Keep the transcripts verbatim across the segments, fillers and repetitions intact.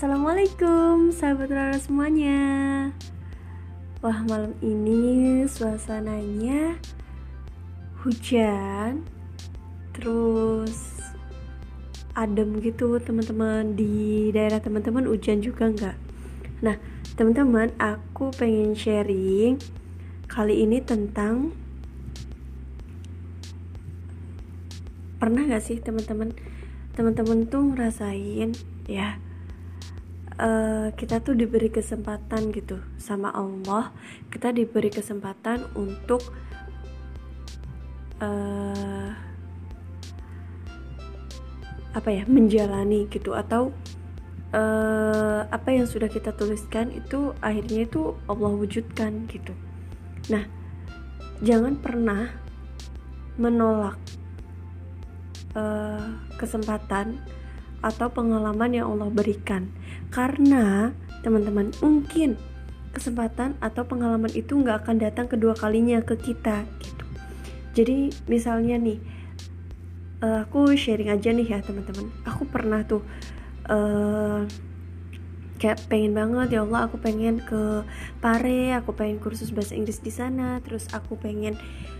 Assalamualaikum sahabat Rara semuanya. Wah, malam ini suasananya hujan, terus adem gitu teman-teman. Di daerah teman-teman hujan juga nggak? Nah teman-teman, aku pengen sharing kali ini tentang, pernah nggak sih teman-teman teman-teman tuh ngerasain ya, Uh, kita tuh diberi kesempatan gitu sama Allah, kita diberi kesempatan untuk uh, apa ya menjalani gitu, atau uh, apa yang sudah kita tuliskan itu akhirnya itu Allah wujudkan gitu. Nah, jangan pernah menolak uh, kesempatan atau pengalaman yang Allah berikan, karena teman-teman mungkin kesempatan atau pengalaman itu nggak akan datang kedua kalinya ke kita gitu. Jadi misalnya nih, uh, aku sharing aja nih ya teman-teman, aku pernah tuh uh, kayak pengen banget, ya Allah aku pengen ke Pare, aku pengen kursus bahasa Inggris di sana, terus aku pengen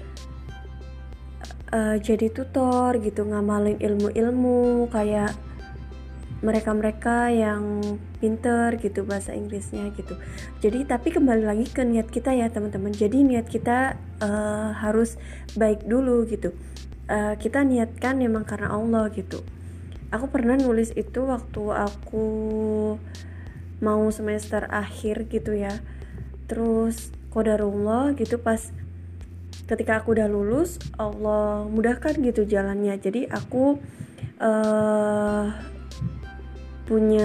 uh, jadi tutor gitu, ngamalin ilmu-ilmu kayak mereka-mereka yang pinter gitu bahasa Inggrisnya gitu. Jadi tapi kembali lagi ke niat kita ya teman-teman. Jadi niat kita uh, harus baik dulu gitu. Uh, kita niatkan memang karena Allah gitu. Aku pernah nulis itu waktu aku mau semester akhir gitu ya. Terus qadarullah gitu, pas ketika aku udah lulus, Allah mudahkan gitu jalannya. Jadi aku uh, punya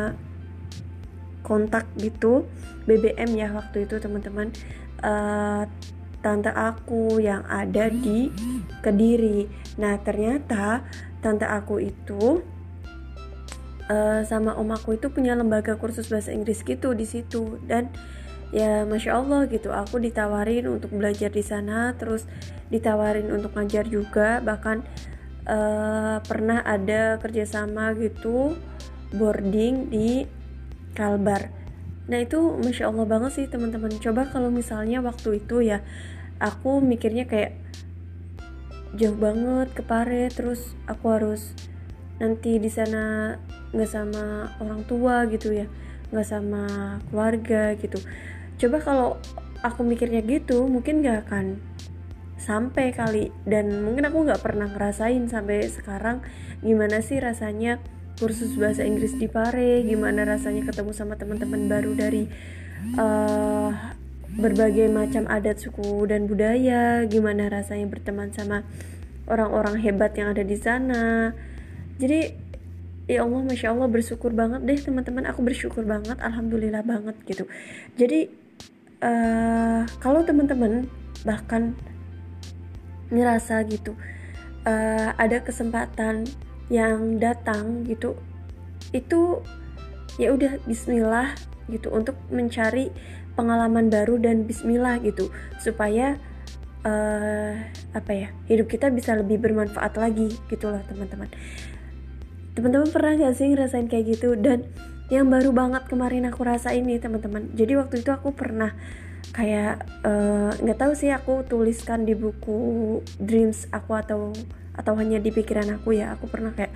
kontak gitu B B M ya waktu itu teman-teman, uh, tante aku yang ada di Kediri. Nah ternyata tante aku itu uh, sama om aku itu punya lembaga kursus bahasa Inggris gitu di situ, dan ya masya Allah gitu, aku ditawarin untuk belajar di sana, terus ditawarin untuk ngajar juga, bahkan uh, pernah ada kerjasama gitu boarding di Kalbar. Nah itu masya Allah banget sih teman-teman. Coba kalau misalnya waktu itu ya aku mikirnya kayak jauh banget ke Pare, terus aku harus nanti di sana nggak sama orang tua gitu ya, nggak sama keluarga gitu. Coba kalau aku mikirnya gitu, mungkin nggak akan sampai kali, dan mungkin aku nggak pernah ngerasain sampai sekarang gimana sih rasanya kursus bahasa Inggris di Pare, gimana rasanya ketemu sama teman-teman baru dari uh, berbagai macam adat, suku dan budaya, gimana rasanya berteman sama orang-orang hebat yang ada di sana. Jadi ya Allah masya Allah, bersyukur banget deh teman-teman, aku bersyukur banget, alhamdulillah banget gitu. Jadi uh, kalau teman-teman bahkan ngerasa gitu uh, ada kesempatan yang datang gitu, itu ya udah bismillah gitu untuk mencari pengalaman baru, dan bismillah gitu supaya uh, apa ya hidup kita bisa lebih bermanfaat lagi gitu loh teman-teman. Teman-teman pernah gak sih ngerasain kayak gitu? Dan yang baru banget kemarin aku rasain nih teman-teman, jadi waktu itu aku pernah kayak nggak uh, tahu sih aku tuliskan di buku dreams aku atau atau hanya di pikiran aku ya, aku pernah kayak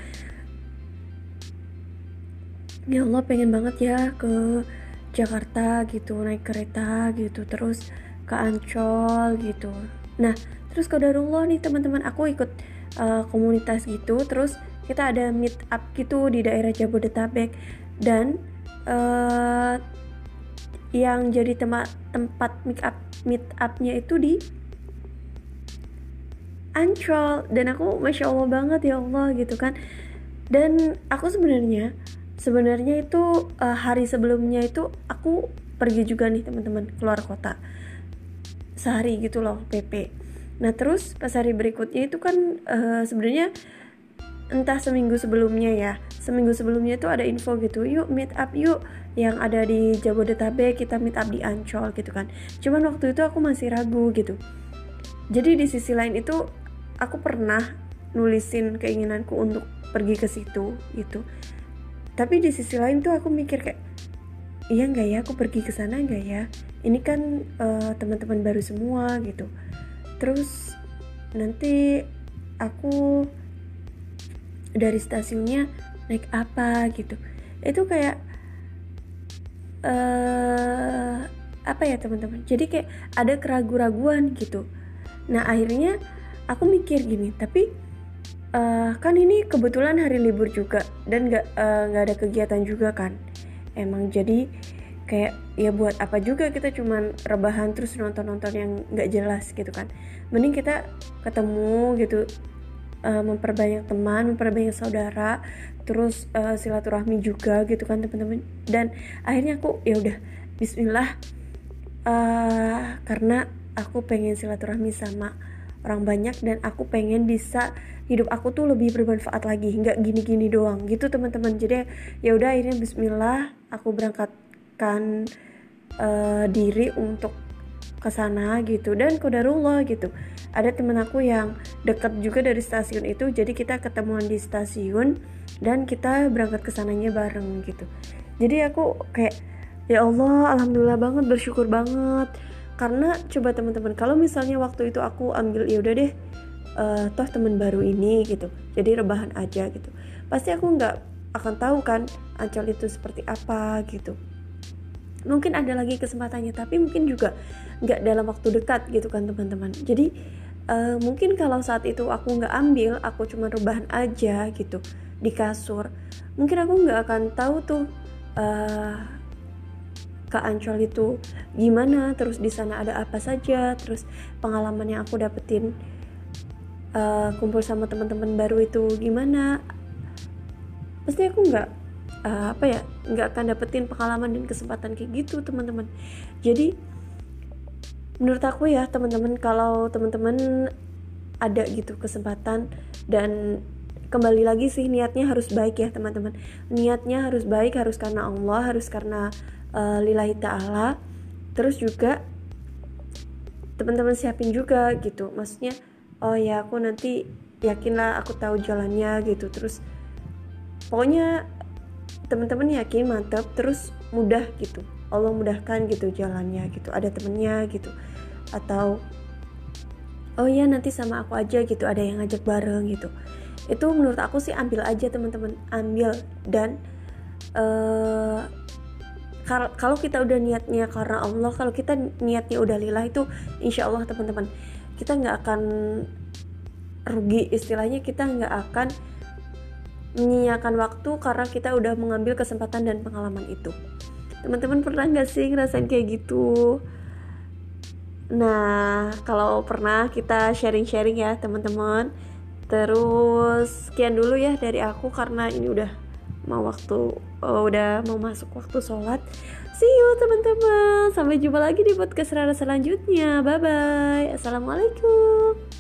ya Allah pengen banget ya ke Jakarta gitu, naik kereta gitu, terus ke Ancol gitu. Nah terus qadarullah nih teman-teman, aku ikut uh, komunitas gitu, terus kita ada meet up gitu di daerah Jabodetabek, dan uh, yang jadi tema, tempat meet up meet upnya itu di Ancol, dan aku masya Allah banget ya Allah gitu kan. Dan aku sebenarnya sebenarnya itu uh, hari sebelumnya itu aku pergi juga nih teman-teman keluar kota sehari gitu loh P P. Nah terus pas hari berikutnya itu kan uh, sebenarnya entah seminggu sebelumnya ya seminggu sebelumnya itu ada info gitu, yuk meet up yuk yang ada di Jabodetabek, kita meet up di Ancol gitu kan. Cuman waktu itu aku masih ragu gitu. Jadi di sisi lain itu aku pernah nulisin keinginanku untuk pergi ke situ gitu. Tapi di sisi lain tuh aku mikir kayak, iya nggak ya aku pergi ke sana nggak ya, ini kan uh, teman-teman baru semua gitu. Terus nanti aku dari stasiunnya naik apa gitu. Itu kayak uh, apa ya teman-teman, jadi kayak ada keraguan-raguan gitu. Nah akhirnya aku mikir gini, tapi uh, kan ini kebetulan hari libur juga dan nggak uh, nggak ada kegiatan juga kan emang, jadi kayak ya buat apa juga kita cuman rebahan terus nonton-nonton yang nggak jelas gitu kan. Mending kita ketemu gitu, uh, memperbanyak teman, memperbanyak saudara, terus uh, silaturahmi juga gitu kan teman-teman. Dan akhirnya aku ya udah Bismillah, uh, karena aku pengen silaturahmi sama orang banyak dan aku pengen bisa hidup aku tuh lebih bermanfaat lagi, nggak gini-gini doang gitu teman-teman. Jadi ya udah akhirnya Bismillah aku berangkatkan uh, diri untuk ke sana gitu. Dan qadarullah gitu, ada teman aku yang dekat juga dari stasiun itu, jadi kita ketemuan di stasiun dan kita berangkat ke sananya bareng gitu. Jadi aku kayak ya Allah, alhamdulillah banget, bersyukur banget. Karena coba teman-teman, kalau misalnya waktu itu aku ambil ya udah deh, uh, toh teman baru ini gitu, jadi rebahan aja gitu, pasti aku nggak akan tahu kan Ancol itu seperti apa gitu. Mungkin ada lagi kesempatannya, tapi mungkin juga nggak dalam waktu dekat gitu kan teman-teman. Jadi uh, mungkin kalau saat itu aku nggak ambil, aku cuma rebahan aja gitu di kasur, mungkin aku nggak akan tahu tuh uh, ke Ancol itu gimana, terus di sana ada apa saja, terus pengalaman yang aku dapetin uh, kumpul sama teman-teman baru itu gimana. Pasti aku nggak uh, apa ya nggak akan dapetin pengalaman dan kesempatan kayak gitu teman-teman. Jadi menurut aku ya teman-teman, kalau teman-teman ada gitu kesempatan, dan kembali lagi sih niatnya harus baik ya teman-teman. Niatnya harus baik, harus karena Allah, harus karena Uh, lillahi ta'ala. Terus juga teman-teman siapin juga gitu, maksudnya oh ya aku nanti yakinlah aku tahu jalannya gitu. Terus pokoknya teman-teman yakin mantap, terus mudah gitu, Allah mudahkan gitu jalannya gitu, ada temennya gitu. Atau oh ya nanti sama aku aja gitu, ada yang ngajak bareng gitu. Itu menurut aku sih ambil aja teman-teman, ambil. Dan uh, kalau kita udah niatnya karena Allah, kalau kita niatnya udah lillah, itu insya Allah teman-teman kita nggak akan rugi, istilahnya kita nggak akan menyia-nyiakan waktu karena kita udah mengambil kesempatan dan pengalaman itu. Teman-teman pernah nggak sih ngerasain kayak gitu? Nah kalau pernah, kita sharing-sharing ya teman-teman. Terus sekian dulu ya dari aku, karena ini udah mau waktu oh, udah mau masuk waktu sholat. See you teman-teman, sampai jumpa lagi di podcast Rara selanjutnya. Bye bye, assalamualaikum.